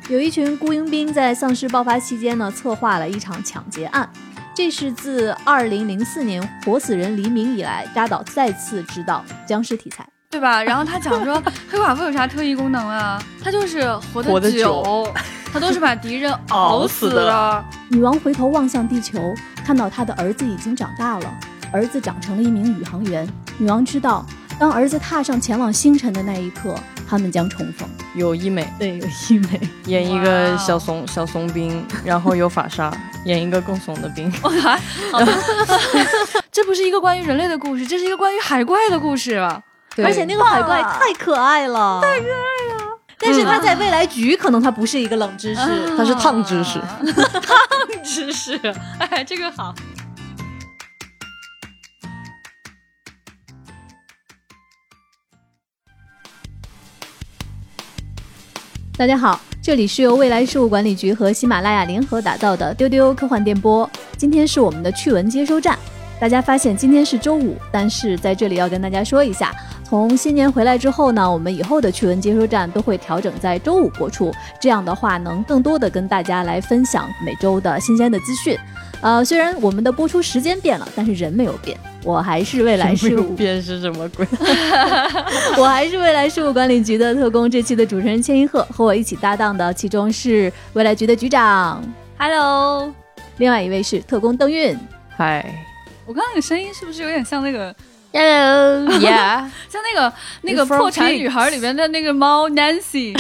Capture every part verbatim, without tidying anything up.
有一群雇佣兵在丧尸爆发期间呢，策划了一场抢劫案。这是自二零零四年活死人黎明以来，扎导再次执导僵尸题材， 对吧？然后他讲说黑寡妇有啥特异功能啊？他就是活得久，他都是把敌人熬死的。 女王回头望向地球，看到她的儿子已经长大了，儿子长成了一名宇航员。女王知道，当儿子踏上前往星辰的那一刻，他们将重逢。 有医美， 对，有医美， 演一个小怂小怂兵，然后有法鲨，演一个更怂的兵。 这不是一个关于人类的故事，这是一个关于海怪的故事啊！ 而且那个海怪太可爱了， 太可爱了。 但是他在未来局可能他不是一个冷知识， 嗯、他是烫知识。 烫知识，哎，这个好。 大家好，这里是由未来事务管理局和喜马拉雅联合打造的丢丢科幻电波。今天是我们的趣闻接收站。大家发现今天是周五，但是在这里要跟大家说一下，从新年回来之后呢，我们以后的趣闻接收站都会调整在周五播出，这样的话能更多的跟大家来分享每周的新鲜的资讯。呃，虽然我们的播出时间变了，但是人没有变，我还是未来事务变是什么鬼？ 我还是未来事务管理局的特工。这期的主持人千一鹤，和我一起搭档的其中是未来局的局长 Hello， 另外一位是特工邓韵。 嗨， 我刚刚那个声音是不是有点像那个 Hello Yeah 像那个那个破产女孩里面的那个猫 Nancy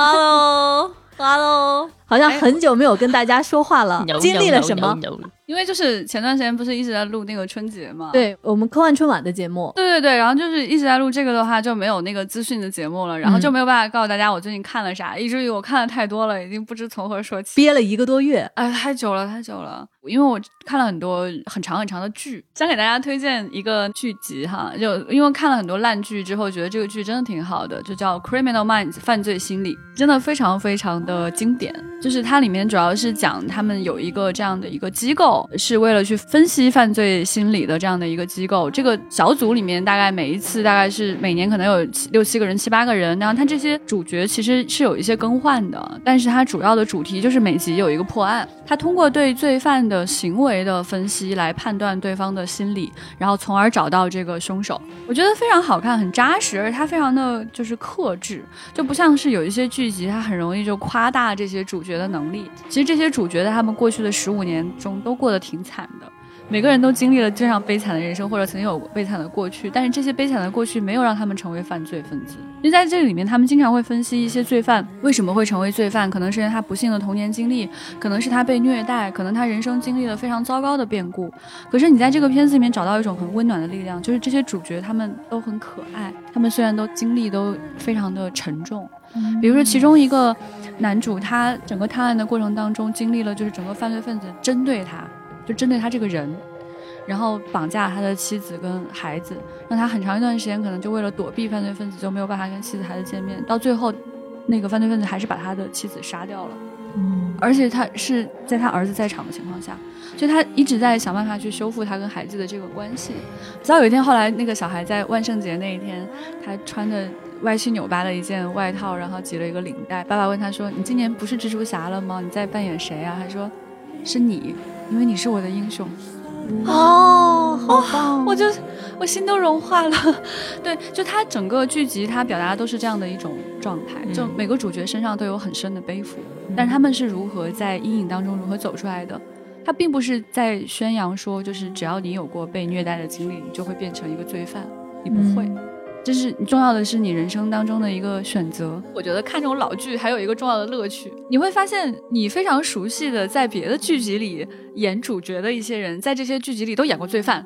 Hello Hello， 好像很久没有跟大家说话了，经历了什么？ no, no, no, no. 因为就是前段时间不是一直在录那个春节嘛， 对，我们科幻春晚的节目， 对对对，然后就是一直在录这个的话就没有那个资讯的节目了，然后就没有办法告诉大家我最近看了啥、嗯、以至于我看了太多了，已经不知从何说起， 憋了一个多月， 哎，太久了太久了。因为我看了很多很长很长的剧，想给大家推荐一个剧集哈，就因为看了很多烂剧之后觉得这个剧真的挺好的，就叫 Criminal Minds 犯罪心理，真的非常非常的经典。就是它里面主要是讲他们有一个这样的一个机构，是为了去分析犯罪心理的这样的一个机构，这个小组里面大概每一次大概是每年可能有六七个人七八个人，然后它这些主角其实是有一些更换的，但是它主要的主题就是每集有一个破案，它通过对罪犯的行为的分析来判断对方的心理，然后从而找到这个凶手。我觉得非常好看，很扎实，而且它非常的就是克制，就不像是有一些剧集它很容易就夸大这些主角的能力。其实这些主角在他们过去的十五年中都过得挺惨的，每个人都经历了这样悲惨的人生，或者曾经有悲惨的过去，但是这些悲惨的过去没有让他们成为犯罪分子。因为在这里面他们经常会分析一些罪犯为什么会成为罪犯，可能是因为他不幸的童年经历，可能是他被虐待，可能他人生经历了非常糟糕的变故。可是你在这个片子里面找到一种很温暖的力量，就是这些主角他们都很可爱，他们虽然都经历都非常的沉重，比如说其中一个男主，他整个探案的过程当中经历了就是整个犯罪分子针对他，就针对他这个人，然后绑架他的妻子跟孩子，让他很长一段时间可能就为了躲避犯罪分子就没有办法跟妻子孩子见面，到最后那个犯罪分子还是把他的妻子杀掉了，嗯，而且他是在他儿子在场的情况下，所以他一直在想办法去修复他跟孩子的这个关系。直到有一天，后来那个小孩在万圣节那一天，他穿着歪七扭八的一件外套，然后系了一个领带，爸爸问他说，你今年不是蜘蛛侠了吗？你在扮演谁啊？他说是你，因为你是我的英雄。 哦，好棒、哦、 我就我心都融化了。对，就他整个剧集他表达的都是这样的一种状态、嗯、就每个主角身上都有很深的背负、嗯、但是他们是如何在阴影当中如何走出来的。他并不是在宣扬说就是只要你有过被虐待的经历你就会变成一个罪犯，你不会、嗯，这是重要的是你人生当中的一个选择。我觉得看这种老剧还有一个重要的乐趣，你会发现你非常熟悉的在别的剧集里演主角的一些人在这些剧集里都演过罪犯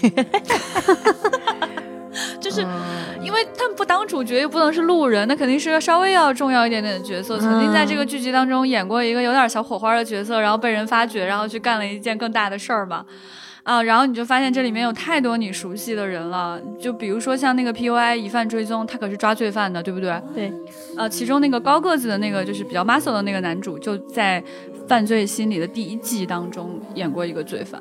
就是因为他们不当主角又不能是路人，那肯定是个稍微要重要一点点的角色，曾经在这个剧集当中演过一个有点小火花的角色，然后被人发掘，然后去干了一件更大的事儿嘛啊，然后你就发现这里面有太多你熟悉的人了，就比如说像那个 P U I 疑犯追踪，他可是抓罪犯的，对不对？ 对。 呃，其中那个高个子的那个就是比较 muscle 的那个男主，就在犯罪心理的第一季当中演过一个罪犯。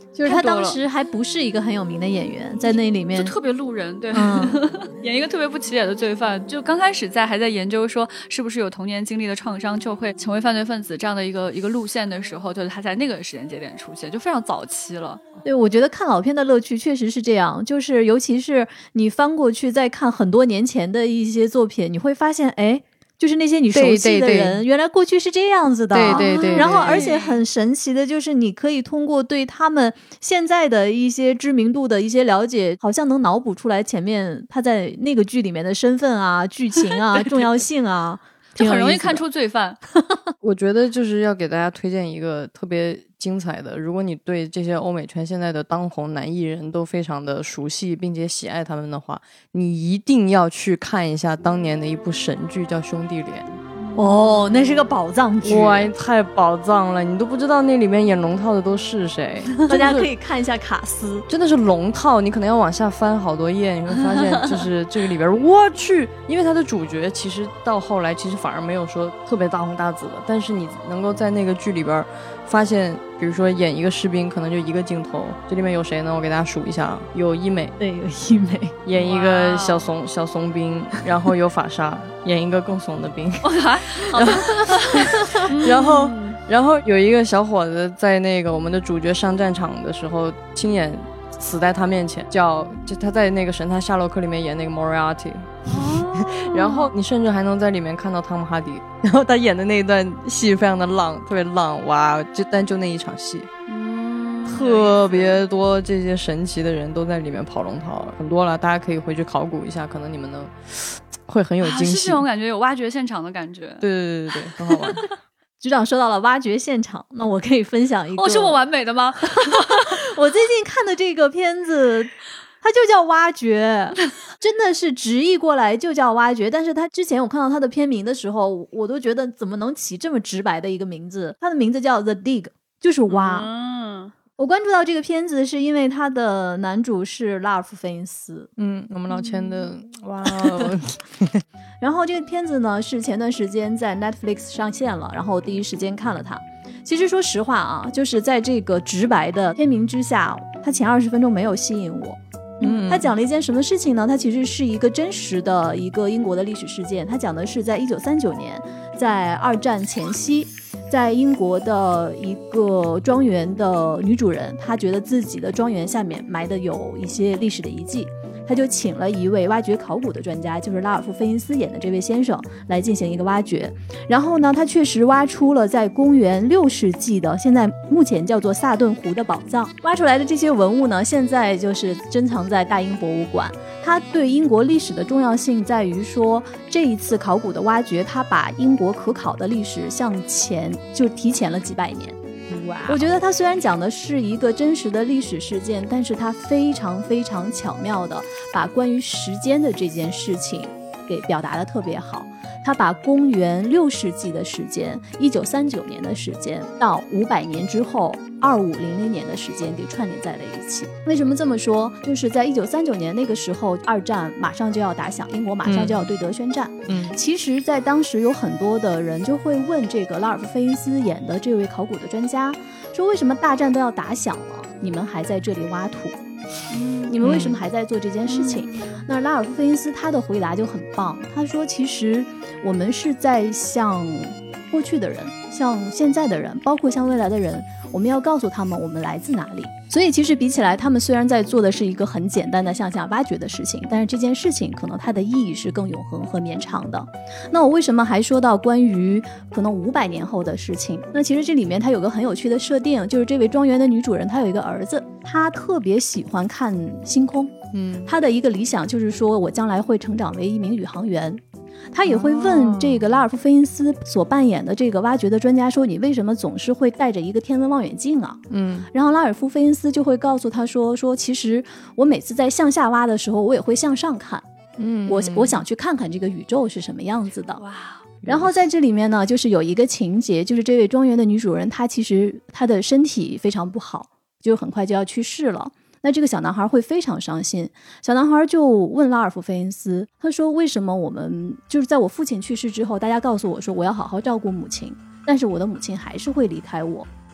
就是他当时还不是一个很有名的演员，在那里面就特别路人，对， 嗯、 演一个特别不起眼的罪犯。就刚开始在还在研究说是不是有童年经历的创伤就会成为犯罪分子这样的一个一个路线的时候，就是他在那个时间节点出现，就非常早期了。 对，我觉得看老片的乐趣确实是这样，就是尤其是你翻过去再看很多年前的一些作品，你会发现，哎。就是那些你熟悉的人， 对对对原来过去是这样子的， 对对 对, 对。 然后，而且很神奇的就是，你可以通过对他们现在的一些知名度的一些了解，好像能脑补出来前面他在那个剧里面的身份啊、剧情啊、 对对重要性啊， 就很容易看出罪犯。 我觉得就是要给大家推荐一个特别精彩的，如果你对这些欧美圈现在的当红男艺人都非常的熟悉并且喜爱他们的话，你一定要去看一下当年的一部神剧叫《兄弟连》。 哦，那是个宝藏剧， 哇，太宝藏了，你都不知道那里面演龙套的都是谁。 大家可以看一下卡斯， 真的是龙套，你可能要往下翻好多页，你会发现就是这个里边我去，因为他的主角其实到后来其实反而没有说特别大红大紫的，但是你能够在那个剧里边发现，比如说演一个士兵可能就一个镜头，这里面有谁呢？我给大家数一下，有医美， 对，有医美， 演一个小怂小怂兵，然后有法沙，演一个更怂的兵，然后然后然后有一个小伙子在那个我们的主角上战场的时候亲眼死在他面前，叫就他在那个神探夏洛克里面演那个 Moriarty。哦、然后你甚至还能在里面看到汤姆哈迪，然后他演的那一段戏非常的浪，特别浪，哇！就但就那一场戏，嗯，特别多这些神奇的人都在里面跑龙套，很多了，大家可以回去考古一下，可能你们能会很有惊喜。 啊、是这种感觉，有挖掘现场的感觉。 对对对对，很好玩。 局长说到了挖掘现场，那我可以分享一个。 哦，是我完美的吗？ 我最近看的这个片子。它就叫挖掘，真的是直译过来就叫挖掘。但是它之前我看到它的片名的时候，我都觉得怎么能起这么直白的一个名字？它的名字叫 The Dig， 就是挖。嗯，我关注到这个片子是因为它的男主是拉尔夫·费因斯， 嗯，我们老千的，嗯、哇哦。 然后这个片子呢是前段时间在 Netflix 上线了，然后我第一时间看了它。其实说实话啊，就是在这个直白的片名之下，它前二十分钟没有吸引我。嗯，他讲了一件什么事情呢？他其实是一个真实的一个英国的历史事件。他讲的是在一九三九年，在二战前夕，在英国的一个庄园的女主人，她觉得自己的庄园下面埋的有一些历史的遗迹，他就请了一位挖掘考古的专家，就是拉尔夫·费因斯演的这位先生来进行一个挖掘。然后呢，他确实挖出了在公元六世纪的现在目前叫做萨顿湖的宝藏。挖出来的这些文物呢，现在就是珍藏在大英博物馆。它对英国历史的重要性在于说，这一次考古的挖掘，它把英国可考的历史向前就提前了几百年。我觉得它虽然讲的是一个真实的历史事件，但是它非常非常巧妙的把关于时间的这件事情给表达的特别好。他把公元六世纪的时间，一九三九年的时间到五百年之后二五零零年的时间给串联在了一起。为什么这么说？就是在一九三九年那个时候，二战马上就要打响，英国马上就要对德宣战。嗯，其实在当时有很多的人就会问这个拉尔夫·费因斯演的这位考古的专家，说为什么大战都要打响了，你们还在这里挖土？嗯，你们为什么还在做这件事情？嗯、那拉尔夫·费因斯他的回答就很棒，他说其实我们是在向过去的人，向现在的人，包括向未来的人，我们要告诉他们我们来自哪里。所以其实比起来，他们虽然在做的是一个很简单的向下挖掘的事情，但是这件事情可能它的意义是更永恒和绵长的。那我为什么还说到关于可能五百年后的事情？那其实这里面它有个很有趣的设定，就是这位庄园的女主人她有一个儿子，他特别喜欢看星空，嗯，他的一个理想就是说我将来会成长为一名宇航员。他也会问这个拉尔夫·费因斯所扮演的这个挖掘的专家说，你为什么总是会带着一个天文望远镜啊？嗯，然后拉尔夫·费因斯就会告诉他说说其实我每次在向下挖的时候，我也会向上看，嗯，我我想去看看这个宇宙是什么样子的。哇！然后在这里面呢，就是有一个情节，就是这位庄园的女主人，她其实她的身体非常不好，就很快就要去世了。那这个小男孩会非常伤心，小男孩就问拉尔夫·费因斯，他说为什么我们就是在我父亲去世之后，大家告诉我说我要好好照顾母亲，但是我的母亲还是会离开我。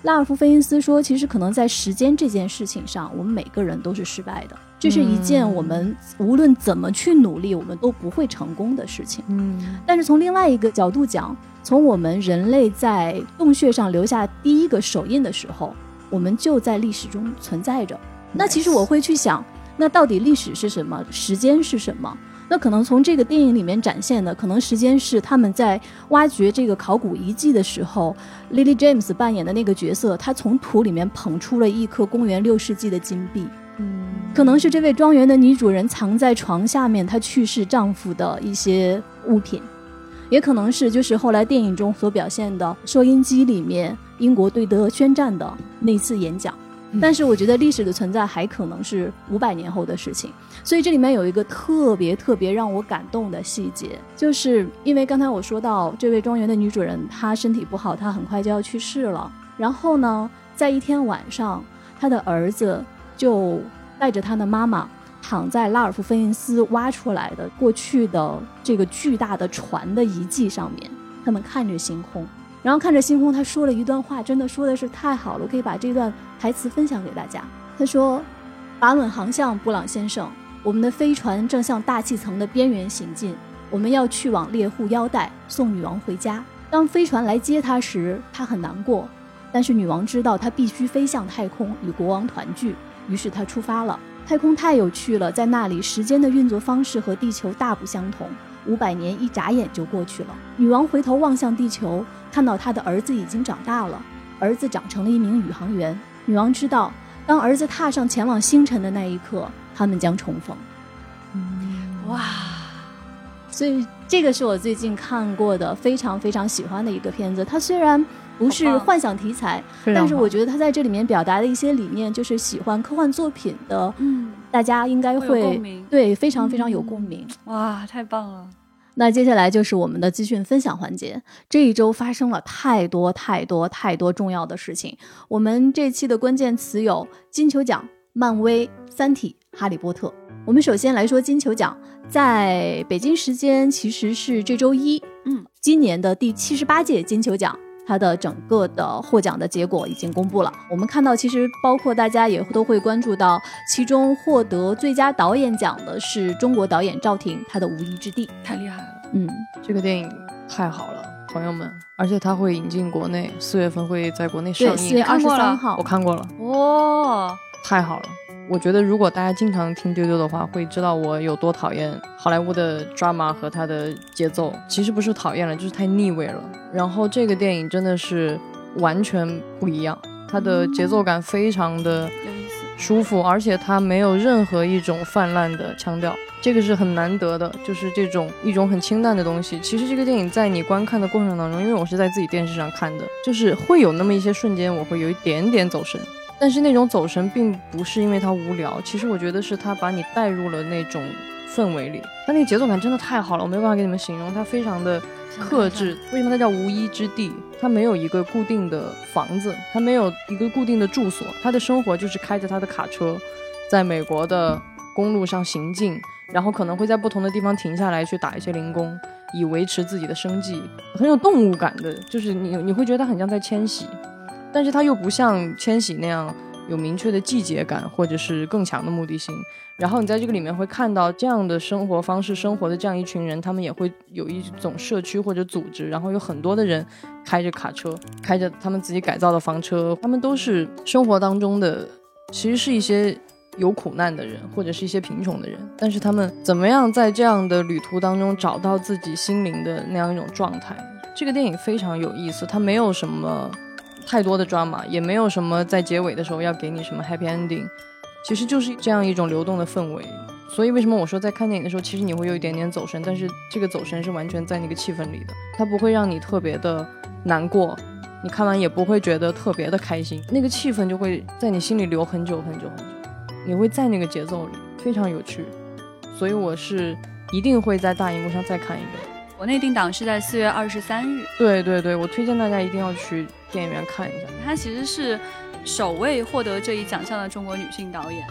拉尔夫·费因斯说，其实可能在时间这件事情上，我们每个人都是失败的，这是一件我们无论怎么去努力我们都不会成功的事情。嗯，但是从另外一个角度讲，从我们人类在洞穴上留下第一个手印的时候，我们就在历史中存在着。那其实我会去想，那到底历史是什么，时间是什么？那可能从这个电影里面展现的，可能时间是他们在挖掘这个考古遗迹的时候， Lily James 扮演的那个角色，她从土里面捧出了一颗公元六世纪的金币。嗯，可能是这位庄园的女主人藏在床下面她去世丈夫的一些物品，也可能是就是后来电影中所表现的收音机里面英国对德宣战的那次演讲。但是我觉得历史的存在还可能是五百年后的事情，所以这里面有一个特别特别让我感动的细节，就是因为刚才我说到这位庄园的女主人她身体不好，她很快就要去世了，然后呢在一天晚上，她的儿子就带着她的妈妈躺在拉尔夫·费因斯挖出来的过去的这个巨大的船的遗迹上面，他们看着星空，然后看着星空，他说了一段话，真的说的是太好了，我可以把这段台词分享给大家。他说，法稳航向，布朗先生，我们的飞船正向大气层的边缘行进，我们要去往猎户腰带，送女王回家。当飞船来接她时，她很难过，但是女王知道她必须飞向太空与国王团聚，于是她出发了。太空太有趣了，在那里时间的运作方式和地球大不相同，五百年一眨眼就过去了。女王回头望向地球，看到她的儿子已经长大了，儿子长成了一名宇航员。女王知道，当儿子踏上前往星辰的那一刻，他们将重逢。 嗯、哇！ 所以这个是我最近看过的非常非常喜欢的一个片子。它虽然不是幻想题材，但是我觉得他在这里面表达的一些理念，就是喜欢科幻作品的，嗯，大家应该会对非常非常有共鸣。 嗯、哇，太棒了！ 那接下来就是我们的资讯分享环节。这一周发生了太多太多太多重要的事情。我们这期的关键词有金球奖、漫威、三体、哈利波特。我们首先来说金球奖，在北京时间其实是这周一，嗯，今年的第七十八届金球奖，它的整个的获奖的结果已经公布了。我们看到其实包括大家也都会关注到，其中获得最佳导演奖的是中国导演赵婷，他的《无依之地》 太厉害了。 嗯，这个电影太好了，朋友们，而且它会引进国内，四月份会在国内上映。 对，四月二十三号， 我看过了。 哇、哦， 太好了！我觉得如果大家经常听丢丢的话，会知道我有多讨厌好莱坞的 drama 和它的节奏。其实不是讨厌了，就是太腻味了。然后这个电影真的是完全不一样，它的节奏感非常的舒服，而且它没有任何一种泛滥的腔调，这个是很难得的，就是这种一种很清淡的东西。其实这个电影在你观看的过程当中，因为我是在自己电视上看的，就是会有那么一些瞬间我会有一点点走神，但是那种走神并不是因为它无聊，其实我觉得是它把你带入了那种氛围里。它那个节奏感真的太好了，我没有办法给你们形容，它非常的克制。为什么它叫无依之地？它没有一个固定的房子，它没有一个固定的住所，它的生活就是开着它的卡车在美国的公路上行进，然后可能会在不同的地方停下来去打一些零工，以维持自己的生计，很有动物感的，就是你你会觉得它很像在迁徙，但是它又不像迁徙那样有明确的季节感或者是更强的目的性。然后你在这个里面会看到这样的生活方式生活的这样一群人，他们也会有一种社区或者组织，然后有很多的人开着卡车，开着他们自己改造的房车，他们都是生活当中的其实是一些有苦难的人或者是一些贫穷的人，但是他们怎么样在这样的旅途当中找到自己心灵的那样一种状态。这个电影非常有意思，它没有什么太多的 drama， 也没有什么在结尾的时候要给你什么 happy ending， 其实就是这样一种流动的氛围。所以为什么我说在看电影的时候其实你会有一点点走神，但是这个走神是完全在那个气氛里的，它不会让你特别的难过，你看完也不会觉得特别的开心，那个气氛就会在你心里留很久很久很久，你会在那个节奏里，非常有趣。所以我是一定会在大荧幕上再看一遍。 国内定档是在四月二十三日。 对对对，我推荐大家一定要去电影院看一下。 她其实是首位获得这一奖项的中国女性导演。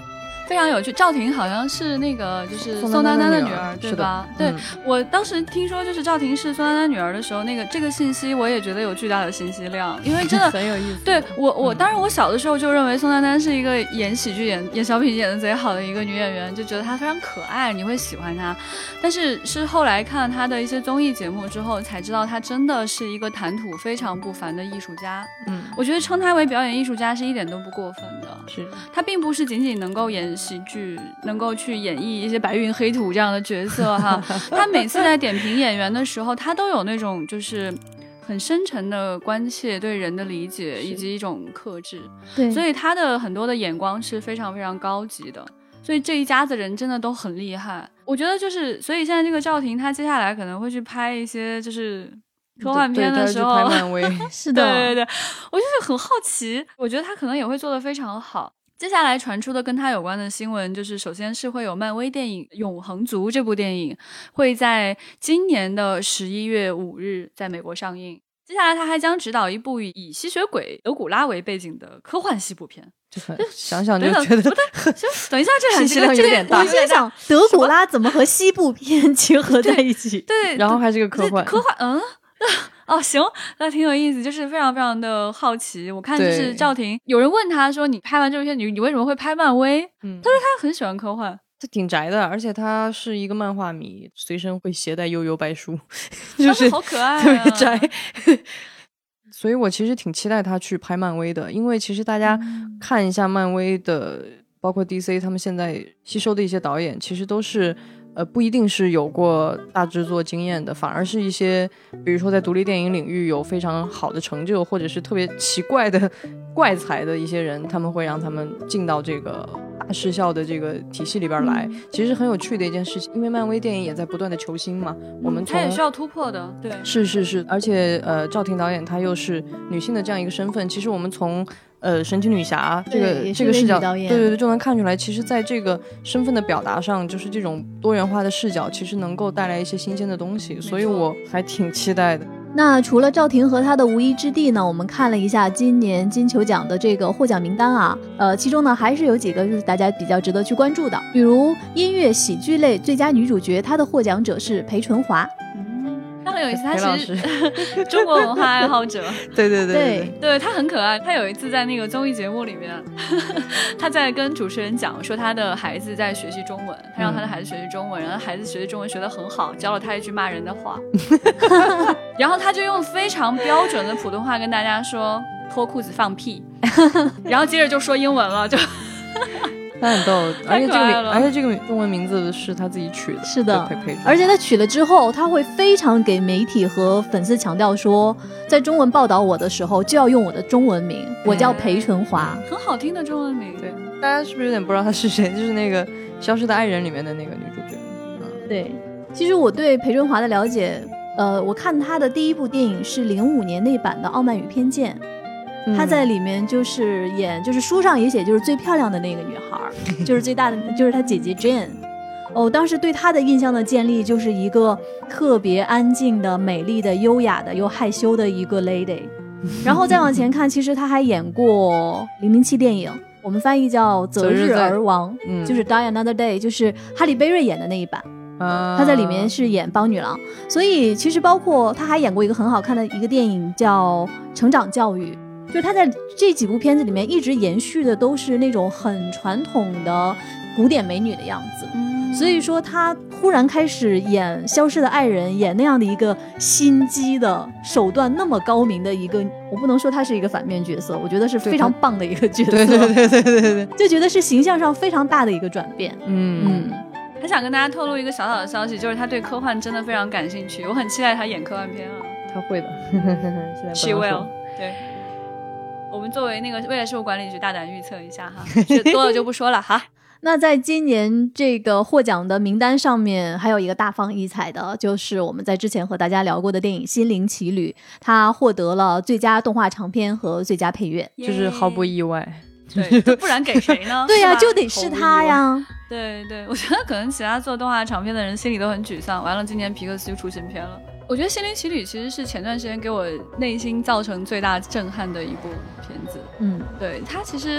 非常有趣。赵婷好像是那个就是宋丹丹的女儿，对吧？对、嗯、我当时听说就是赵婷是宋丹丹女儿的时候，那个这个信息我也觉得有巨大的信息量，因为真的很有意思。 对我我当然我小的时候就认为宋丹丹是一个演喜剧演演小品演的贼好的一个女演员，就觉得她非常可爱，你会喜欢她。但是是后来看她的一些综艺节目之后，才知道她真的是一个谈吐非常不凡的艺术家。嗯，我觉得称她为表演艺术家是一点都不过分的。 是， 她并不是仅仅能够演喜剧，能够去演绎一些白云黑土这样的角色哈。她每次在点评演员的时候，她都有那种就是很深沉的关切，对人的理解以及一种克制。 对， 所以她的很多的眼光是非常非常高级的。所以这一家子人真的都很厉害。我觉得就是，所以现在这个赵婷，她接下来可能会去拍一些就是科幻片的时候， 拍漫威是的， 对对对，我就是很好奇，我觉得她可能也会做得非常好。接下来传出的跟她有关的新闻，就是首先是会有漫威电影《永恒族》这部电影会在今年的十一月五日在美国上映。接下来他还将执导一部以吸血鬼德古拉为背景的科幻西部片。 想想就觉得不对，等一下，这信息量有点大。 我心想，德古拉怎么和西部片结合在一起？ 对，对然后还是个科幻， 科幻，嗯，哦，行，那挺有意思，就是非常非常的好奇。我看就是赵婷，有人问他说：“你拍完这部片，你你为什么会拍漫威？”嗯，他说他很喜欢科幻。 他挺宅的，而且他是一个漫画迷，随身会携带悠悠白书，就是好可爱、啊， 特别宅。所以我其实挺期待他去拍漫威的，因为其实大家看一下漫威的，包括 D C 他们现在吸收的一些导演，其实都是呃不一定是有过大制作经验的，反而是一些比如说在独立电影领域有非常好的成就，或者是特别奇怪的怪才的一些人，他们会让他们进到这个大视效的这个体系里边来，嗯、其实很有趣的一件事情。因为漫威电影也在不断的求新嘛，嗯、我们他也需要突破的，对， 是是是，而且呃，赵婷导演她又是女性的这样一个身份，其实我们从呃神奇女侠这个这个视角，对对对，就能看出来，其实在这个身份的表达上，就是这种多元化的视角，其实能够带来一些新鲜的东西，所以我还挺期待的。 那除了赵婷和她的无依之地呢，我们看了一下今年金球奖的这个获奖名单啊，呃，其中呢还是有几个就是大家比较值得去关注的，比如音乐喜剧类最佳女主角，她的获奖者是裴淳华。 他很有意思，他其实中国文化爱好者， 对对对对对，他很可爱。他有一次在那个综艺节目里面，他在跟主持人讲说他的孩子在学习中文，他让他的孩子学习中文，然后孩子学习中文学得很好，教了他一句骂人的话，然后他就用非常标准的普通话跟大家说脱裤子放屁，然后接着就说英文了，就。 他很逗，而且这个而且这个中文名字是他自己取的， 是的，而且他取了之后，他会非常给媒体和粉丝强调说，在中文报道我的时候就要用我的中文名，嗯、我叫裴淳华， 很好听的中文名。 对，大家是不是有点不知道他是谁？就是那个《消失的爱人》里面的那个女主角。 嗯，对，其实我对裴淳华的了解，呃，我看他的第一部电影是零五年那版的《傲慢与偏见》。她在里面就是演，就是书上也写就是最漂亮的那个女孩，就是最大的，就是她姐姐 Jane。哦，当时对她的印象的建立就是一个特别安静的、美丽的、优雅的又害羞的一个 lady。然后再往前看，其实她还演过零零七电影，我们翻译叫《择日而亡》，嗯，就是 Die Another Day， 就是哈利贝瑞演的那一版。她在里面是演邦女郎，所以其实包括她还演过一个很好看的一个电影叫《成长教育》。就是他在这几部片子里面一直延续的都是那种很传统的古典美女的样子，嗯、所以说他忽然开始演《消失的爱人》，演那样的一个心机的手段那么高明的一个，我不能说他是一个反面角色，我觉得是非常棒的一个角色， 对对对对对对， 就觉得是形象上非常大的一个转变。嗯嗯，还想跟大家透露一个小小的消息，就是他对科幻真的非常感兴趣，我很期待他演科幻片啊。 他会的 ，She will， 对。我们作为那个未来事务管理局大胆预测一下哈，多了就不说了哈。 那在今年这个获奖的名单上面，还有一个大放异彩的，就是我们在之前和大家聊过的电影《心灵奇旅》，它获得了最佳动画长片和最佳配乐， 就是毫不意外。 对，不然给谁呢？ 对呀、啊，就得是他呀。 对对，我觉得可能其他做动画长片的人心里都很沮丧，完了今年皮克斯就出新片了。我觉得《心灵奇旅》其实是前段时间给我内心造成最大震撼的一部片子。嗯，对，它其实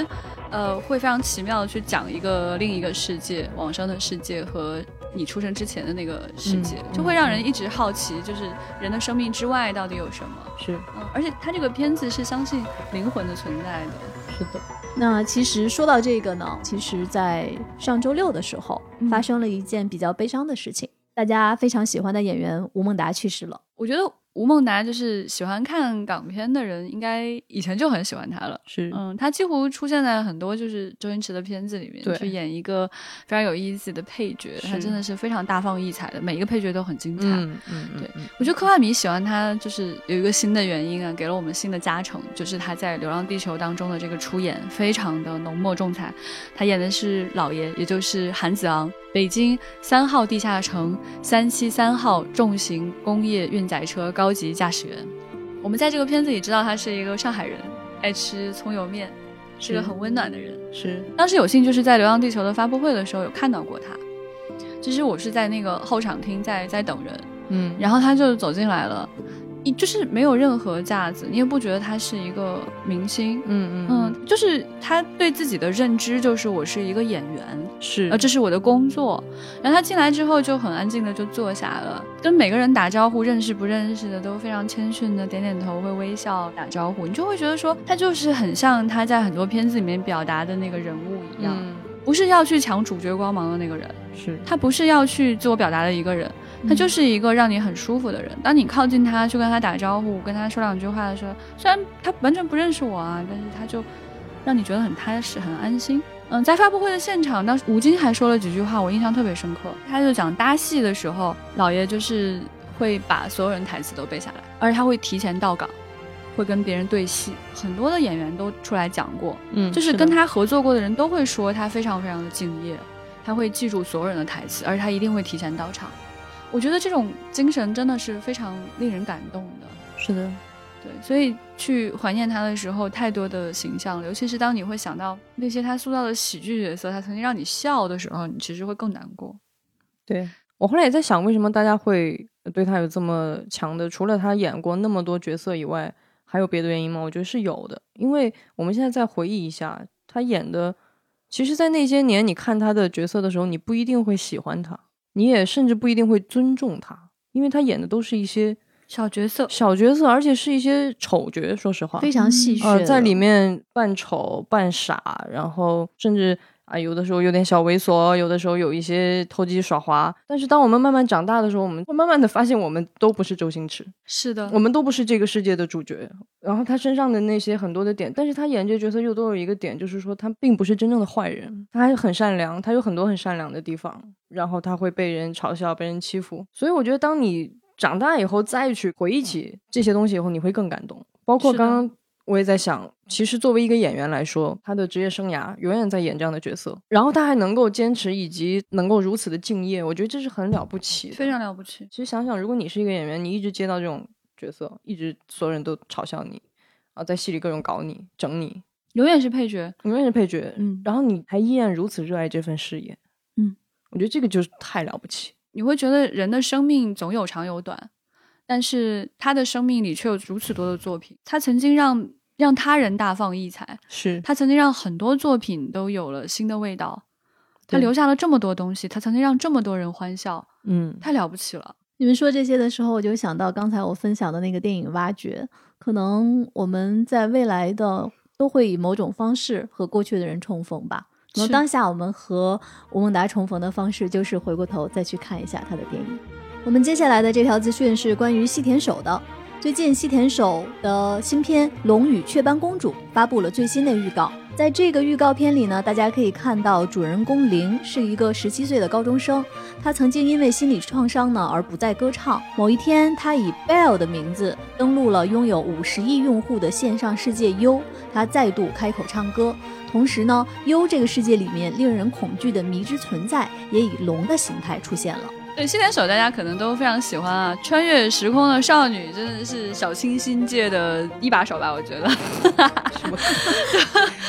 呃，会非常奇妙的去讲一个另一个世界，往生的世界和你出生之前的那个世界，嗯、就会让人一直好奇，就是人的生命之外到底有什么。 是， 嗯，而且他这个片子是相信灵魂的存在的。 是的。 那其实说到这个呢，其实在上周六的时候、嗯、发生了一件比较悲伤的事情，大家非常喜欢的演员吴孟达去世了。 我觉得吴孟达就是喜欢看港片的人应该以前就很喜欢他了， 是， 嗯，他几乎出现在很多就是周星驰的片子里面去演一个非常有意思的配角，他真的是非常大放异彩的，每一个配角都很精彩。 嗯嗯， 对，我觉得科幻迷喜欢他就是有一个新的原因啊，给了我们新的加成，就是他在《流浪地球》当中的这个出演非常的浓墨重彩，他演的是老爷，也就是韩子昂，北京三号地下城三七三号重型工业运载车高级驾驶员。我们在这个片子里知道他是一个上海人，爱吃葱油面，是个很温暖的人。 是， 当时有幸就是在《流浪地球》的发布会的时候有看到过他，其实我是在那个候场厅在在等人，嗯，然后他就走进来了，就是没有任何架子，你也不觉得他是一个明星， 嗯嗯嗯，就是他对自己的认知就是我是一个演员， 是， 呃，这是我的工作。然后他进来之后就很安静的就坐下了，跟每个人打招呼，认识不认识的都非常谦逊的点点头，会微笑打招呼，你就会觉得说他就是很像他在很多片子里面表达的那个人物一样，嗯，不是要去抢主角光芒的那个人， 是他不是要去自我表达的一个人，他就是一个让你很舒服的人。当你靠近他去跟他打招呼，跟他说两句话的时候，虽然他完全不认识我啊，但是他就让你觉得很踏实很安心。嗯，在发布会的现场，当时吴京还说了几句话我印象特别深刻，他就讲搭戏的时候老爷就是会把所有人台词都背下来，而且他会提前到岗，会跟别人对戏，很多的演员都出来讲过，嗯，就是跟他合作过的人都会说他非常非常的敬业，他会记住所有人的台词，而且他一定会提前到场。我觉得这种精神真的是非常令人感动的。 是的， 对，所以去怀念他的时候太多的形象了，尤其是当你会想到那些他塑造的喜剧角色，他曾经让你笑的时候，你其实会更难过。 对，我后来也在想为什么大家会对他有这么强的，除了他演过那么多角色以外还有别的原因吗？我觉得是有的，因为我们现在再回忆一下他演的，其实在那些年你看他的角色的时候，你不一定会喜欢他，你也甚至不一定会尊重他，因为他演的都是一些小角色小角色，而且是一些丑角，说实话非常戏谑、 呃、在里面扮丑扮傻，然后甚至啊，有的时候有点小猥琐，有的时候有一些偷鸡耍滑。但是当我们慢慢长大的时候，我们会慢慢的发现我们都不是周星驰， 是的， 我们都不是这个世界的主角。然后他身上的那些很多的点，但是他演这个角色又都有一个点，就是说他并不是真正的坏人，他还很善良，他有很多很善良的地方，然后他会被人嘲笑被人欺负。所以我觉得当你长大以后再去回忆起这些东西以后，你会更感动。包括刚刚我也在想，其实作为一个演员来说，他的职业生涯永远在演这样的角色，然后他还能够坚持以及能够如此的敬业，我觉得这是很了不起的， 非常了不起。 其实想想，如果你是一个演员，你一直接到这种角色，一直所有人都嘲笑你啊，在戏里各种搞你整你， 永远是配角， 永远是配角， 嗯， 然后你还依然如此热爱这份事业， 嗯， 我觉得这个就是太了不起。 你会觉得人的生命总有长有短，但是他的生命里却有如此多的作品，他曾经让让他人大放异彩， 是他曾经让很多作品都有了新的味道，他留下了这么多东西，他曾经让这么多人欢笑， 嗯， 太了不起了。 你们说这些的时候，我就想到刚才我分享的那个电影《挖掘》，可能我们在未来的都会以某种方式和过去的人重逢吧。可能当下我们和吴孟达重逢的方式就是回过头再去看一下他的电影。我们接下来的这条资讯是关于细田守的。最近细田守的新片《龙与雀斑公主》发布了最新的预告。在这个预告片里呢，大家可以看到主人公玲是一个十七岁的高中生，她曾经因为心理创伤呢而不再歌唱。某一天，她以 Belle 的名字登录了拥有五十亿用户的线上世界 U， 她再度开口唱歌。同时呢 U 这个世界里面令人恐惧的迷之存在也以龙的形态出现了。 对，细田守大家可能都非常喜欢啊，穿越时空的少女真的是小清新界的一把手吧，我觉得。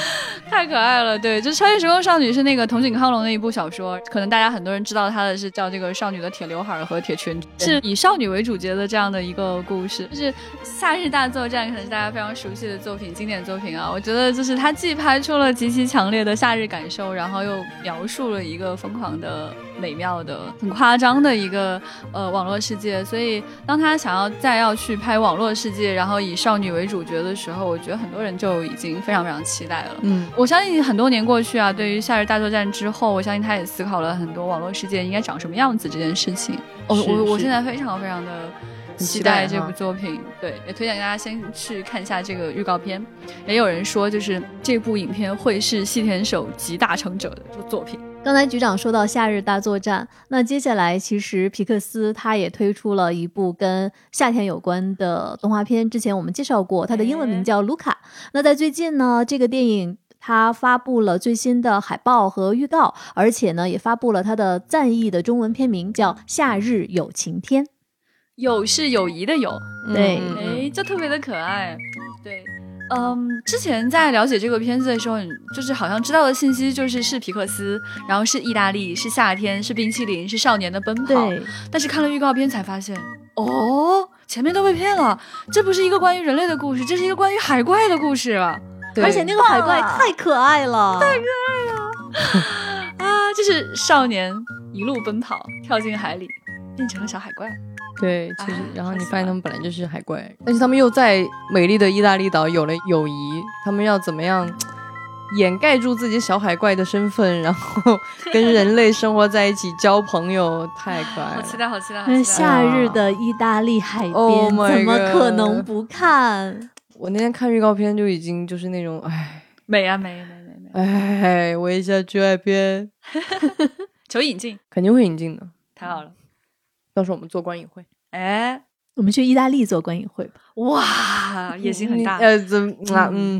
太可爱了。对，就《超越时空少女》是那个筒井康隆的一部小说，可能大家很多人知道她的是叫这个少女的铁刘海和铁裙，是以少女为主角的这样的一个故事。就是《夏日大作战》可能是大家非常熟悉的作品，经典作品啊。我觉得就是它既拍出了极其强烈的夏日感受，然后又描述了一个疯狂的、美妙的、很夸张的一个呃网络世界。所以当他想要再要去拍网络世界，然后以少女为主角的时候，我觉得很多人就已经非常非常期待了。嗯，我相信很多年过去啊，对于夏日大作战之后，我相信他也思考了很多网络世界应该长什么样子这件事情。哦，我我现在非常非常的期待这部作品，对，也推荐大家先去看一下这个预告片。也有人说，就是这部影片会是细田守集大成者的作品。 刚才局长说到夏日大作战，那接下来其实皮克斯他也推出了一部跟夏天有关的动画片，之前我们介绍过，它的英文名叫卢卡。那在最近呢，这个电影它发布了最新的海报和预告，而且呢也发布了它的赞译的中文片名，叫夏日有晴天。 友是友谊的友， 对， 哎，就特别的可爱。对，嗯，之前在了解这个片子的时候，就是好像知道的信息就是是皮克斯，然后是意大利，是夏天，是冰淇淋，是少年的奔跑。 对， 但是看了预告片才发现，哦，前面都被骗了，这不是一个关于人类的故事，这是一个关于海怪的故事啊！ 而且那个海怪太可爱了， 太可爱了啊！就是少年一路奔跑，跳进海里，变成了小海怪。 对，其实然后你发现他们本来就是海怪，但是他们又在美丽的意大利岛有了友谊，他们要怎么样掩盖住自己小海怪的身份，然后跟人类生活在一起交朋友，太可爱了。 好期待好期待好期待。 夏日的意大利海边、oh、怎么可能不看？ 我那天看预告片就已经就是那种哎， 美啊美美美美， 哎，我一下去海边求引进，肯定会引进的， 太好了。 到时候我们做观影会， 哎， 我们去意大利做观影会吧。 哇，野心很大。 呃，怎么啊？嗯。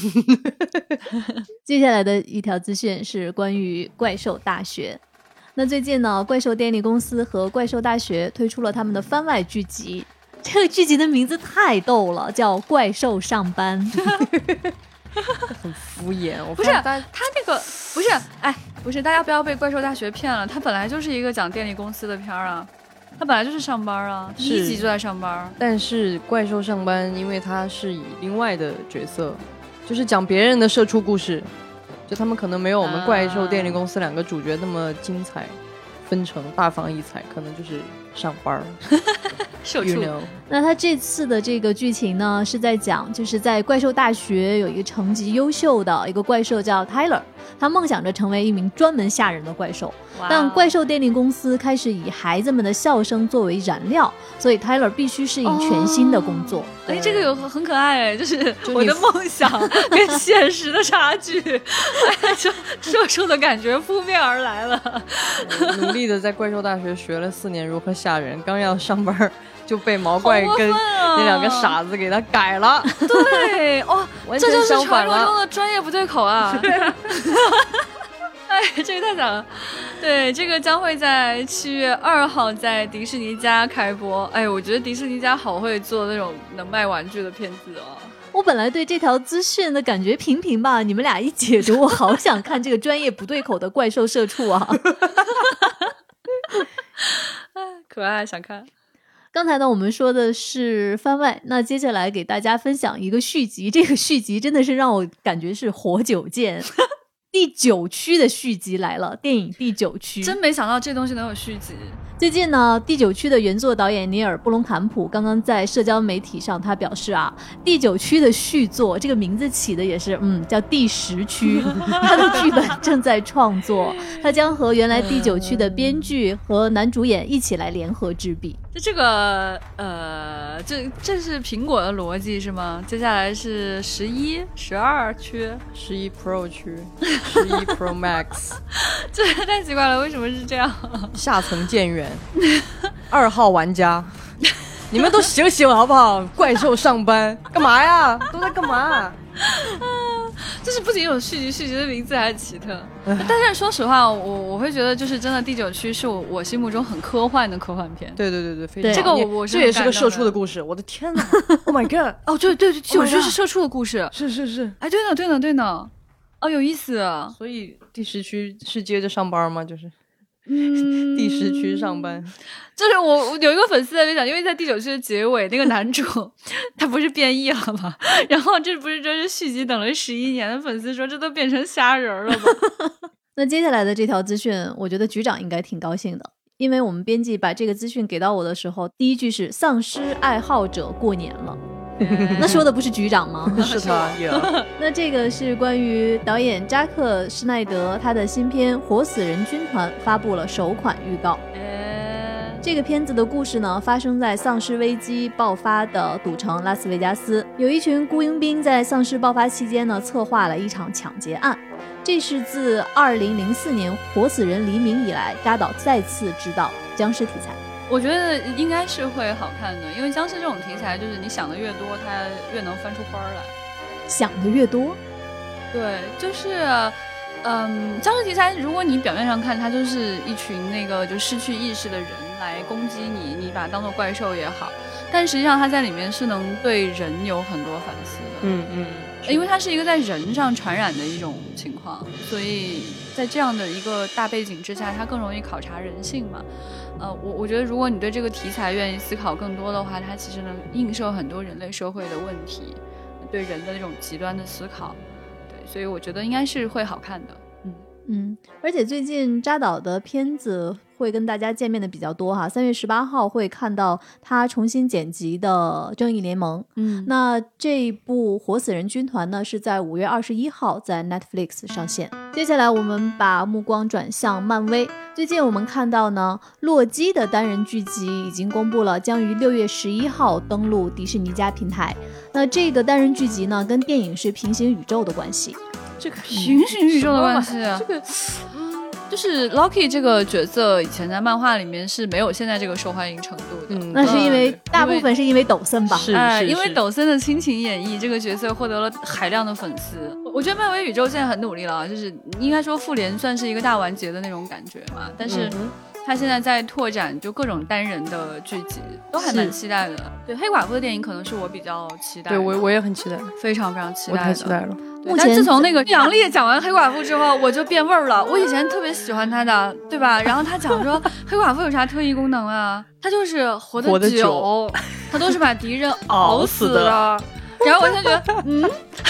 接下来的一条资讯是关于怪兽大学。那最近呢，怪兽电力公司和怪兽大学推出了他们的番外剧集，这个剧集的名字太逗了，叫《怪兽上班》。 很敷衍，我不是他那个不是哎，不是大家不要被怪兽大学骗了，他本来就是一个讲电力公司的片儿啊。他本来就是上班啊，第一集就在上班。 但是怪兽上班，因为他是以另外的角色，就是讲别人的社畜故事，就他们可能没有我们怪兽电力公司两个主角那么精彩，纷呈大放异彩，可能就是上班社畜。You know. 那他这次的这个剧情呢，是在讲就是在怪兽大学有一个成绩优秀的一个怪兽叫 Tyler， 他梦想着成为一名专门吓人的怪兽，但怪兽电力公司开始以孩子们的笑声作为燃料，所以 Tyler 必须适应全新的工作。 哎、哦，这个有很可爱哎，就是我的梦想跟现实的差距，哎，就社畜的感觉扑面而来了。 努力的在怪兽大学学了四年如何吓人，刚要上班就被毛怪跟那两个傻子给他改了。 对，哦，这就是传说中的专业不对口啊！哎，这个太惨了。对，这个将会在七月二号在迪士尼家开播。哎，我觉得迪士尼家好会做那种能卖玩具的片子哦。 我本来对这条资讯的感觉平平吧，你们俩一解读，我好想看这个专业不对口的怪兽社畜啊！ 可爱，想看。 刚才呢，我们说的是番外，那接下来给大家分享一个续集。这个续集真的是让我感觉是活久见。第九区的续集来了，电影第九区， 真没想到这东西能有续集。 最近呢，第九区的原作导演尼尔·布隆坎普刚刚在社交媒体上他表示啊，第九区的续作这个名字起的也是嗯，叫第十区，他的剧本正在创作，他将和原来第九区的编剧和男主演一起来联合制笔。 就这个呃，这这是苹果的逻辑是吗？接下来是十一、十二区， 十一 Pro 区，十一 Pro Max， 这太奇怪了，为什么是这样？ 下层建员，二号玩家，你们都醒醒好不好？怪兽上班干嘛呀？都在干嘛？ 就是不仅有续集，续集的名字还奇特。但是说实话，我我会觉得，就是真的第九区是我我心目中很科幻的科幻片。 对对对对，非常这个我我这也是个社畜的故事。我的天哪 ！Oh my god！ 哦，对对对，第九区是社畜的故事。 是是是。 哎，对呢对呢对呢。 哦，有意思啊。 所以第十区是接着上班吗？就是嗯， 第十区上班。 就是我我有一个粉丝在分享，因为在第九区的结尾，那个男主他不是变异了吗？然后这不是这是续集等了十一年的粉丝说这都变成虾仁了吧？ 那接下来的这条资讯，我觉得局长应该挺高兴的，因为我们编辑把这个资讯给到我的时候，第一句是丧尸爱好者过年了。那说的不是局长吗？ 是他yeah. 那这个是关于导演扎克施耐德他的新片《活死人军团》发布了首款预告。这个片子的故事呢，发生在丧尸危机爆发的赌城拉斯维加斯，有一群雇佣兵在丧尸爆发期间呢，策划了一场抢劫案。这是自二零零四年《活死人黎明》以来，扎导再次执导僵尸题材。 我觉得应该是会好看的，因为僵尸这种题材，就是你想的越多，它越能翻出花来。 想的越多， 对，就是，嗯，僵尸题材，如果你表面上看，它就是一群那个就失去意识的人来攻击你，你把它当做怪兽也好，但实际上它在里面是能对人有很多反思的。 嗯嗯， 因为它是一个在人上传染的一种情况，所以在这样的一个大背景之下，它更容易考察人性嘛。呃，我我觉得如果你对这个题材愿意思考更多的话，它其实能映射很多人类社会的问题，对人的那种极端的思考。对，所以我觉得应该是会好看的。嗯嗯，而且最近扎导的片子会跟大家见面的比较多哈，三月十八号会看到他重新剪辑的《正义联盟》。嗯，那这一部《活死人军团》呢，是在五月二十一号在 Netflix 上线。接下来我们把目光转向漫威。最近我们看到呢，洛基的单人剧集已经公布了，将于六月十一号登陆迪士尼家平台。那这个单人剧集呢，跟电影是平行宇宙的关系。 这个平行宇宙的关系啊， 这个嗯，就是 Loki 这个角色以前在漫画里面是没有现在这个受欢迎程度的。 嗯，那是因为、嗯、大部分是因为抖森吧？ 是哎， 是因为抖森的亲情演绎，这个角色获得了海量的粉丝。我觉得漫威宇宙现在很努力了，就是应该说复联算是一个大完结的那种感觉嘛，但是。嗯，他现在在拓展就各种单人的剧集，都还蛮期待的。对，黑寡妇的电影可能是我比较期待的。 对，我我也很期待， 非常非常期待的。 我太期待了。 目前自从那个杨笠讲完黑寡妇之后，我就变味儿了。我以前特别喜欢他的，对吧？然后他讲说黑寡妇有啥特异功能啊？他就是活得久， 活得久他都是把敌人熬死的。然后我就觉得，嗯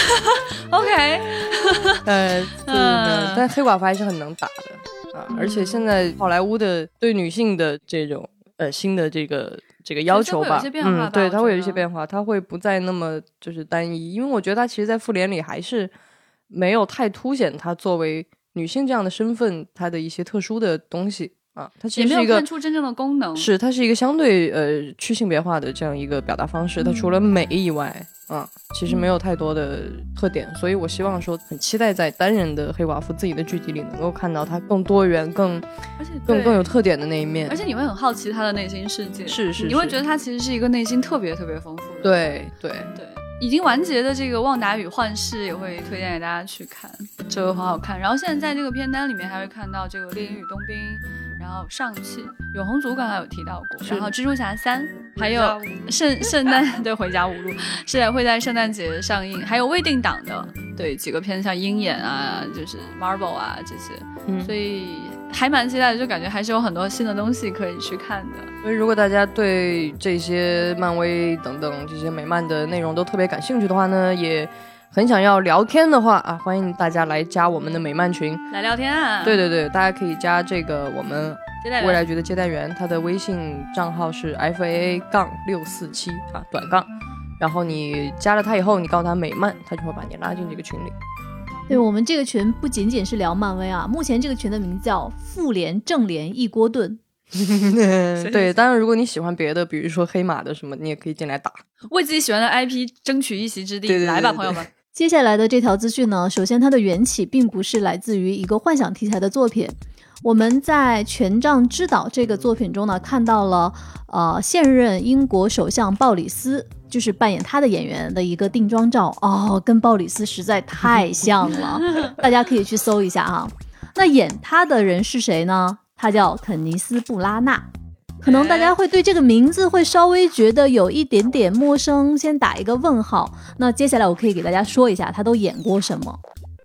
，OK， 呃，嗯，但黑寡妇还是很能打的。啊，而且现在好莱坞的对女性的这种呃新的这个这个要求吧， 嗯， 对，它会有一些变化，它会不再那么就是单一，因为我觉得它其实，在复联里还是没有太凸显它作为女性这样的身份，它的一些特殊的东西啊，它其实是一个也没有看出真正的功能， 是它是一个相对呃去性别化的这样一个表达方式，它除了美以外。啊，其实没有太多的特点，嗯，所以我希望说，很期待在单人的黑寡妇自己的剧集里，能够看到她更多元、更而且更更有特点的那一面。 而且你会很好奇她的内心世界， 是 是, 是， 你会觉得她其实是一个内心特别特别丰富的。 对对对，已经完结的这个《旺达与幻视》也会推荐给大家去看，这个很好看。然后现在在这个片单里面还会看到这个《猎鹰与冬兵》。然后上汽永恒族刚才有提到过，然后蜘蛛侠三，还有圣圣诞对回家无路是会在圣诞节上映，还有未定档的对几个片像鹰眼啊，就是 Marvel 啊这些，嗯，所以还蛮期待的，就感觉还是有很多新的东西可以去看的。 所以如果大家对这些漫威等等这些美漫的内容都特别感兴趣的话呢，也很想要聊天的话啊，欢迎大家来加我们的美漫群来聊天啊！ 对对对，大家可以加这个我们未来局的接待员，他的微信账号是 F A A 杠六四七啊，短杠。然后你加了他以后，你告诉他美漫，他就会把你拉进这个群里。 对，我们这个群不仅仅是聊漫威啊，目前这个群的名字叫复联正联一锅炖。 对，当然如果你喜欢别的，比如说黑马的什么，你也可以进来打， 为自己喜欢的 I P 争取一席之地。 对对对对对， 来吧，朋友们。 接下来的这条资讯呢，首先它的缘起并不是来自于一个幻想题材的作品，我们在《权杖之岛》这个作品中呢，看到了呃现任英国首相鲍里斯，就是扮演他的演员的一个定妆照哦，跟鲍里斯实在太像了，大家可以去搜一下啊。那演他的人是谁呢？他叫肯尼斯·布拉纳。可能大家会对这个名字会稍微觉得有一点点陌生，先打一个问号。那接下来我可以给大家说一下他都演过什么。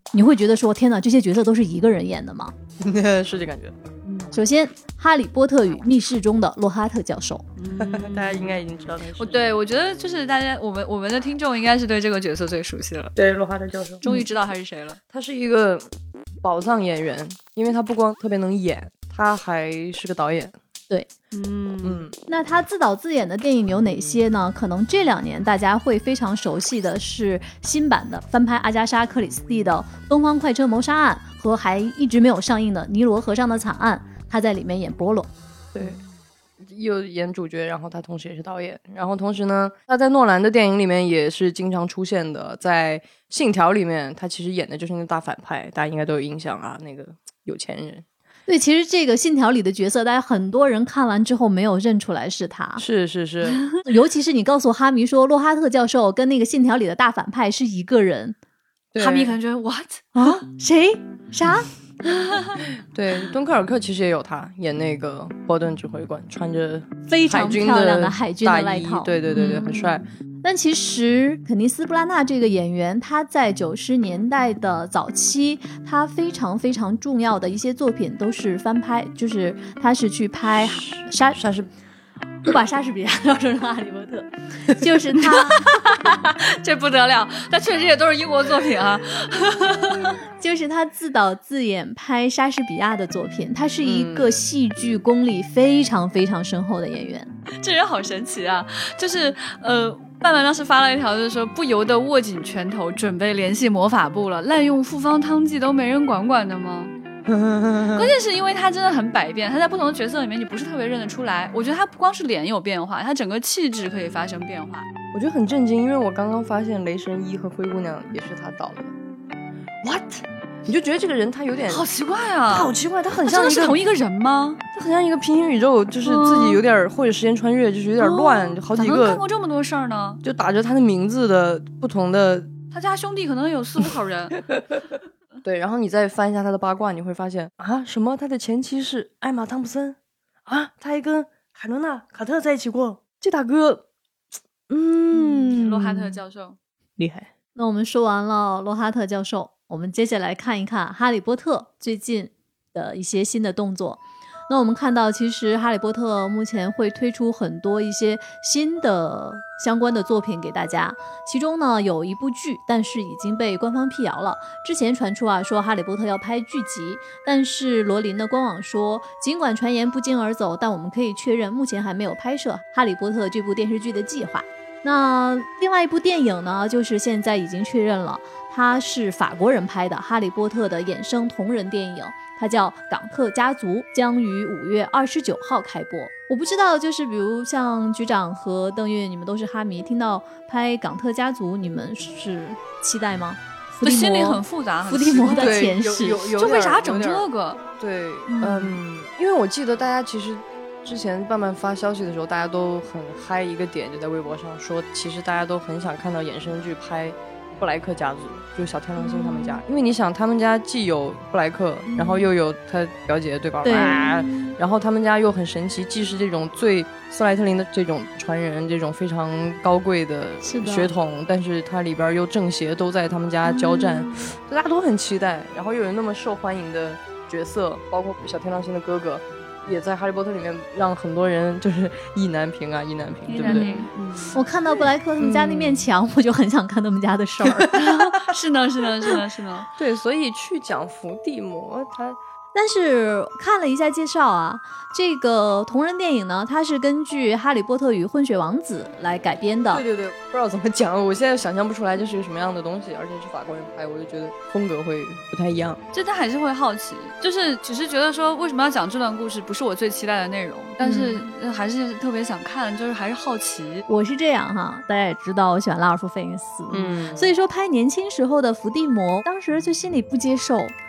你会觉得说天哪，这些角色都是一个人演的吗？ 是这感觉。 首先哈利波特与密室中的洛哈特教授、 嗯、大家应该已经知道他是谁。 对，我觉得就是大家我们我们的听众应该是对这个角色最熟悉了。 对，洛哈特教授终于知道他是谁了、嗯、 他是一个宝藏演员，因为他不光特别能演，他还是个导演。 对， 嗯嗯， 那他自导自演的电影有哪些呢？可能这两年大家会非常熟悉的是新版的翻拍阿加莎·克里斯蒂的《东方快车谋杀案》和还一直没有上映的《尼罗河上的惨案》，他在里面演波洛。 对，又演主角，然后他同时也是导演。然后同时呢，他在诺兰的电影里面也是经常出现的，在《信条》里面他其实演的就是那个大反派，大家应该都有印象啊，那个有钱人。 对，其实这个信条里的角色大家很多人看完之后没有认出来是他。 是是是尤其是你告诉哈迷说洛哈特教授跟那个信条里的大反派是一个人， 哈迷可能觉得 what 啊谁啥对，敦刻尔克其实也有他演那个波顿指挥官，穿着非常漂亮的海军的外套， 对对对对、嗯、很帅。 但其实肯尼斯·布拉纳这个演员，他在九十年代的早期，他非常非常重要的一些作品都是翻拍，就是他是去拍莎莎士，我把莎士比亚叫成哈利波特，就是他， 这不得了，他确实也都是英国作品啊， 就是他自导自演拍莎士比亚的作品，他是一个戏剧功力非常非常深厚的演员。 这人好神奇啊，就是呃。伴伴当时发了一条，就是说不由得握紧拳头，准备联系魔法部了。滥用复方汤剂都没人管管的吗？关键是因为他真的很百变，他在不同的角色里面你不是特别认得出来。我觉得他不光是脸有变化，他整个气质可以发生变化。 我觉得很震惊，因为我刚刚发现雷神一和灰姑娘也是他导的。What？你就觉得这个人他有点好奇怪啊， 好奇怪，他很像一个他真的是同一个人吗？ 他很像一个平行宇宙，就是自己有点、嗯、或者时间穿越，就是有点乱，哦、好几个。 咋能干过这么多事儿呢？ 就打着他的名字的不同的， 他家兄弟可能有四五口人。 对，然后你再翻一下他的八卦，你会发现啊，什么他的前妻是艾玛汤普森啊，他还跟海伦娜卡特在一起过。这大哥，嗯， 洛哈特教授厉害。 那我们说完了洛哈特教授，我们接下来看一看哈利波特最近的一些新的动作。那我们看到其实哈利波特目前会推出很多一些新的相关的作品给大家，其中呢有一部剧，但是已经被官方辟谣了。之前传出啊说哈利波特要拍剧集，但是罗琳的官网说尽管传言不胫而走，但我们可以确认目前还没有拍摄哈利波特这部电视剧的计划。那另外一部电影呢，就是现在已经确认了，它是法国人拍的哈利波特的衍生同人电影，它叫《冈特家族》，将于五月二十九号开播。我不知道，就是比如像局长和邓韵，你们都是哈迷，听到拍《冈特家族》，你们是期待吗？ 我心里很复杂， 伏地魔的前世， 就为啥整这个？ 对，嗯，因为我记得大家其实之前慢慢发消息的时候，大家都很嗨一个点，就在微博上说，其实大家都很想看到衍生剧拍布莱克家族，就是小天狼星他们家、嗯、因为你想他们家既有布莱克、嗯、然后又有他表姐对吧， 对、 啊、然后他们家又很神奇，既是这种最斯莱特林的这种传人，这种非常高贵的血统，但是它里边又正邪都在他们家交战、嗯、大家都很期待，然后又有那么受欢迎的角色，包括小天狼星的哥哥也在哈利波特里面让很多人就是意难平啊，意难平，对不对、 嗯、我看到布莱克他们家那面墙、嗯、我就很想看他们家的事儿是呢是呢是呢是呢对，所以去讲伏地魔他但是看了一下介绍啊，这个同人电影呢，它是根据《哈利波特与混血王子》来改编的。 对对对，不知道怎么讲，我现在想象不出来这是个什么样的东西，而且是法国人拍，我就觉得风格会不太一样。 就他还是会好奇，就是只是觉得说为什么要讲这段故事，不是我最期待的内容，但是还是特别想看，就是还是好奇。 我是这样哈，大家也知道我喜欢拉尔夫·费因斯， 嗯， 所以说拍年轻时候的伏地魔，当时就心里不接受。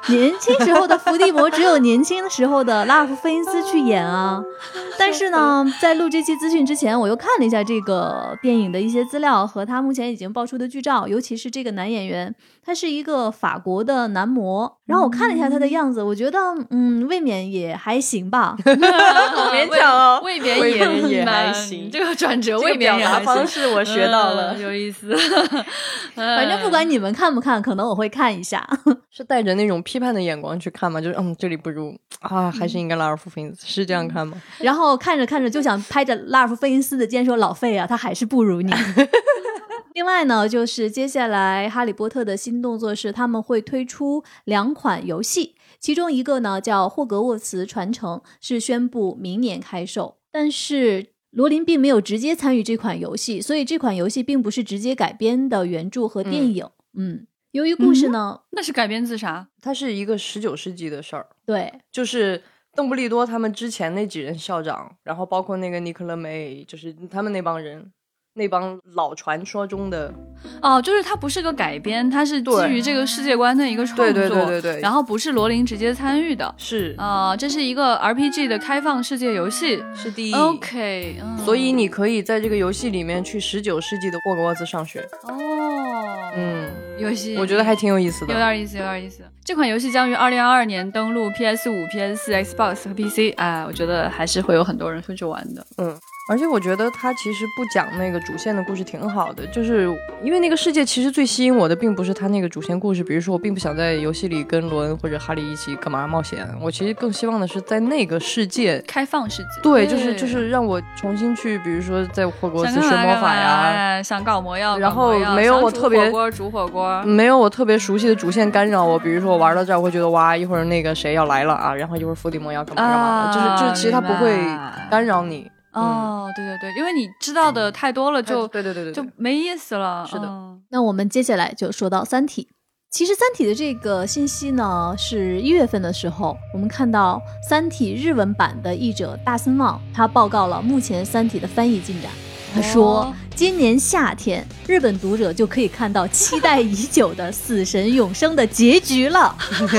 年轻时候的伏地魔只有年轻时候的拉尔夫·费因斯去演啊。但是呢，在录这期资讯之前，我又看了一下这个电影的一些资料和他目前已经爆出的剧照，尤其是这个男演员，他是一个法国的男模。然后我看了一下他的样子，我觉得嗯，未免也还行吧。 好勉强哦， 未免也也还行。 这个转折未免也还行， 这个表达方式我学到了， 嗯、有意思。 反正不管你们看不看，可能我会看一下。 是带着那种批判的眼光去看吗？就是嗯，这里不如啊，还是应该拉尔夫·费因斯，是这样看吗？ 然后看着看着就想拍着拉尔夫·费因斯的肩说：“老费啊，他还是不如你。”另外呢，就是接下来哈利波特的新动作是他们会推出两款游戏，其中一个呢叫霍格沃茨传承，是宣布明年开售。但是罗琳并没有直接参与这款游戏，所以这款游戏并不是直接改编的原著和电影。嗯，嗯由于故事呢、 嗯，那是改编自啥？ 它是一个十九世纪的事儿。 对， 就是邓布利多他们之前那几任校长，然后包括那个尼克勒梅，就是他们那帮人。那帮老传说中的哦，就是它不是个改编，它是基于这个世界观的一个创作， 对对对对对， 然后不是罗琳直接参与的， 是啊、呃，这是一个 R P G 的开放世界游戏， 是第一 OK，、嗯、 所以你可以在这个游戏里面去十九世纪的霍格沃茨上学哦， 嗯， 游戏我觉得还挺有意思的， 有点意思，有点意思。这款游戏将于二零二二年登陆 P S 五、P S 四、Xbox 和 P C， 哎，我觉得还是会有很多人会去玩的， 嗯。而且我觉得它其实不讲那个主线的故事挺好的，就是因为那个世界其实最吸引我的并不是它那个主线故事，比如说我并不想在游戏里跟罗恩或者哈利一起干嘛冒险，我其实更希望的是在那个世界开放世界， 对，就是就是让我重新去，比如说在霍格沃茨学魔法呀， 想搞魔药， 然后没有我特别煮火锅煮火锅， 没有我特别熟悉的主线干扰我，比如说我玩到这儿我会觉得哇，一会儿那个谁要来了啊，然后一会儿伏地魔要干嘛干嘛的，啊、就是就是其实它不会干扰你。 哦、嗯，对对对，因为你知道的太多了就，就对对对对， 就没意思了。 是的、 嗯， 那我们接下来就说到《三体》。其实《三体》的这个信息呢，是一月份的时候，我们看到《三体》日文版的译者大森望，他报告了目前《三体》的翻译进展。他说、哦、今年夏天日本读者就可以看到期待已久的死神永生的结局了。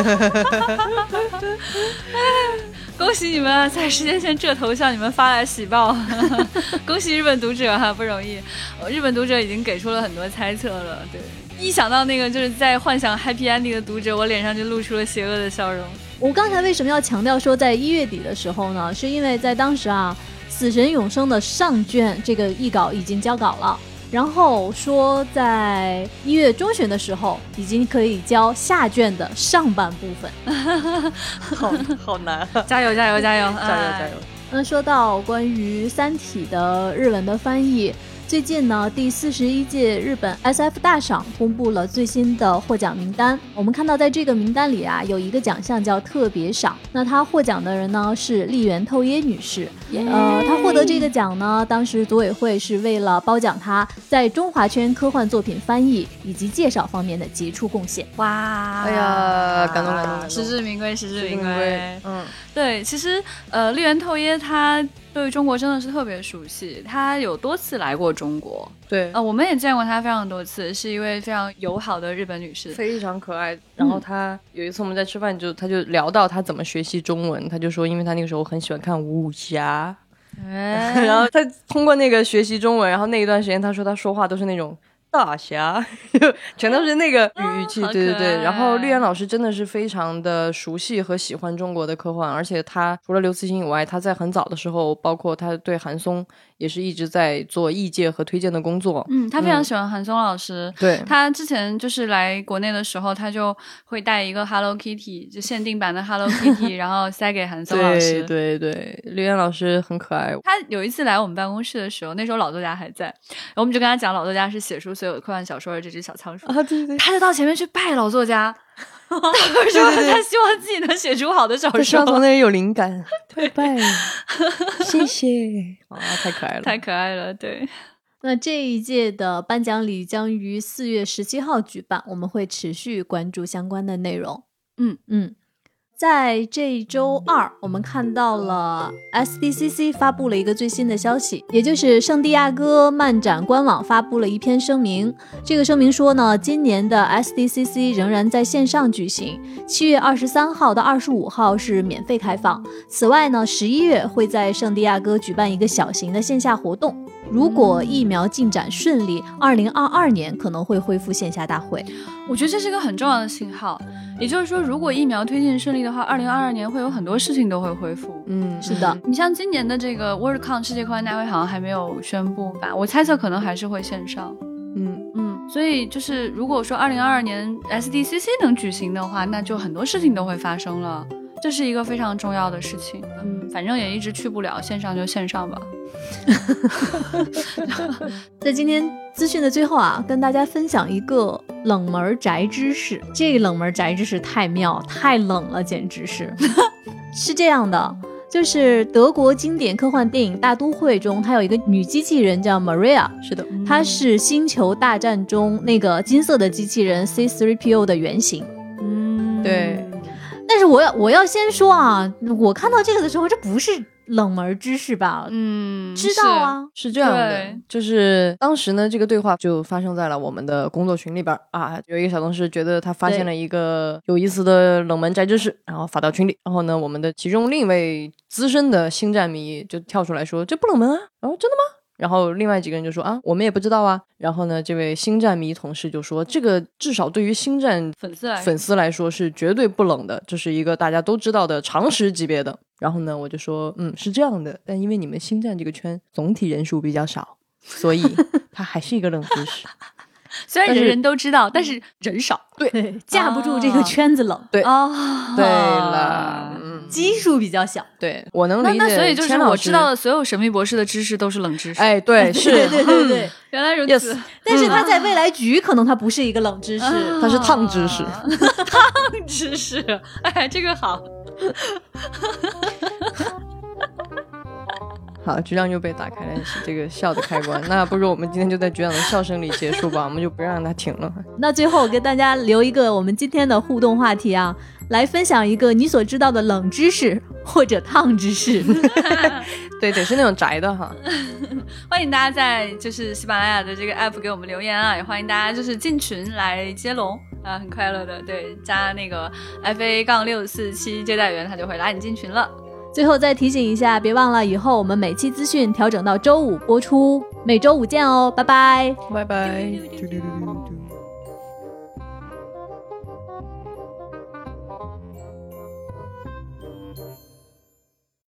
恭喜你们在时间线这头向你们发来喜报。恭喜日本读者哈，不容易。日本读者已经给出了很多猜测了，对，一想到那个就是在幻想 happy ending 的读者，我脸上就露出了邪恶的笑容。 我刚才为什么要强调说在一月底的时候呢？是因为在当时啊，死神永生的上卷这个译稿已经交稿了，然后说在一月中旬的时候已经可以交下卷的上半部分。 好好难、啊、 加油加油加油加油加油。 那说到关于三体的日文的翻译，最近呢，第四十一届日本 S F 大赏公布了最新的获奖名单。我们看到在这个名单里啊，有一个奖项叫特别赏。那她获奖的人呢是笠原透耶女士。呃，她获得这个奖呢，当时组委会是为了褒奖她在中华圈科幻作品翻译以及介绍方面的杰出贡献。 哇， 哎呀，感动感动， 实至名归，实至名归。 嗯， 对，其实呃，笠原透耶她对中国真的是特别熟悉，她有多次来过中国。 对， 呃，我们也见过她非常多次，是一位非常友好的日本女士， 非常可爱。然后她、嗯、有一次我们在吃饭，就她就聊到她怎么学习中文，她就说，因为她那个时候很喜欢看武侠，哎、然后她通过那个学习中文，然后那一段时间，她说她说话都是那种大侠，全都是那个语气、哦、对对对。然后绿原老师真的是非常的熟悉和喜欢中国的科幻，而且他除了刘慈欣以外，他在很早的时候，包括他对韩松也是一直在做译介和推荐的工作。 嗯，他非常喜欢韩松老师。 对、嗯， 他之前就是来国内的时候，他就会带一个 Hello Kitty， 就限定版的 Hello Kitty， 然后塞给韩松老师。 对对对，绿原老师很可爱。 他有一次来我们办公室的时候，那时候老作家还在，然后我们就跟他讲老作家是写出所有科幻小说的这只小仓鼠啊，对对， 他就到前面去拜老作家，他说他希望自己能写出好的小说， 希望从那里有灵感，对，拜，谢谢啊，太可爱了， 太可爱了，对。 那这一届的颁奖礼将于四月十七号举办，我们会持续关注相关的内容。 嗯嗯。 在这周二，我们看到了 S D C C 发布了一个最新的消息，也就是圣地亚哥漫展官网发布了一篇声明。这个声明说呢，今年的 S D C C 仍然在线上举行，七月二十三号到二十五号是免费开放。此外呢，十一月会在圣地亚哥举办一个小型的线下活动。如果疫苗进展顺利，二零二二年可能会恢复线下大会。 我觉得这是一个很重要的信号，也就是说，如果疫苗推进顺利的话，二零二二年会有很多事情都会恢复。 嗯，是的。 你像今年的这个 WorldCon 世界科幻大会好像还没有宣布吧？我猜测可能还是会线上。 嗯嗯， 所以就是如果说二零二二年 S D C C 能举行的话，那就很多事情都会发生了。这是一个非常重要的事情。嗯，反正也一直去不了，线上就线上吧。 在今天资讯的最后啊，跟大家分享一个冷门宅知识。这个冷门宅知识太妙，太冷了，简直是。是这样的，就是德国经典科幻电影《大都会》中，它有一个女机器人叫 Maria。 是的， 她是星球大战中那个金色的机器人 C 三 P O 的原型。 嗯，对。 但是我要我要先说啊，我看到这个的时候，这不是冷门知识吧？ 嗯， 知道啊， 是, 是这样的，就是当时呢，这个对话就发生在了我们的工作群里边啊。有一个小同事觉得他发现了一个有意思的冷门宅知识，然后发到群里。然后呢，我们的其中另一位资深的星战迷就跳出来说：“这不冷门啊！”哦，真的吗？然后另外几个人就说啊，我们也不知道啊。然后呢，这位星战迷同事就说，这个至少对于星战粉丝来粉丝来说是绝对不冷的，这是一个大家都知道的常识级别的。然后呢，我就说，嗯，是这样的，但因为你们星战这个圈总体人数比较少，所以它还是一个冷知识。 虽然人人都知道，但是人少， 对，对，架不住这个圈子冷。 啊、对， 哦， 对了， 嗯，基数比较小。 对，我能理解。 那那所以就是我知道的所有神秘博士的知识都是冷知识。 哎，对，是， 对对对对， 原来如此。 Yes, 但是它在未来局可能它不是一个冷知识， 啊、 它是烫知识。 烫知识，哎，这个好。 好，局长又被打开了这个笑的开关。那不如我们今天就在局长的笑声里结束吧，我们就不让他停了。 那最后跟大家留一个我们今天的互动话题啊，来分享一个你所知道的冷知识或者烫知识。 对，得是那种宅的哈。 欢迎大家在就是喜马拉雅的这个 app 给我们留言啊，也欢迎大家就是进群来接龙啊，很快乐的。对，加那个 F A 杠六四七接待员，他就会拉你进群了。 最后再提醒一下，别忘了以后我们每期资讯调整到周五播出，每周五见哦，拜拜， 拜拜。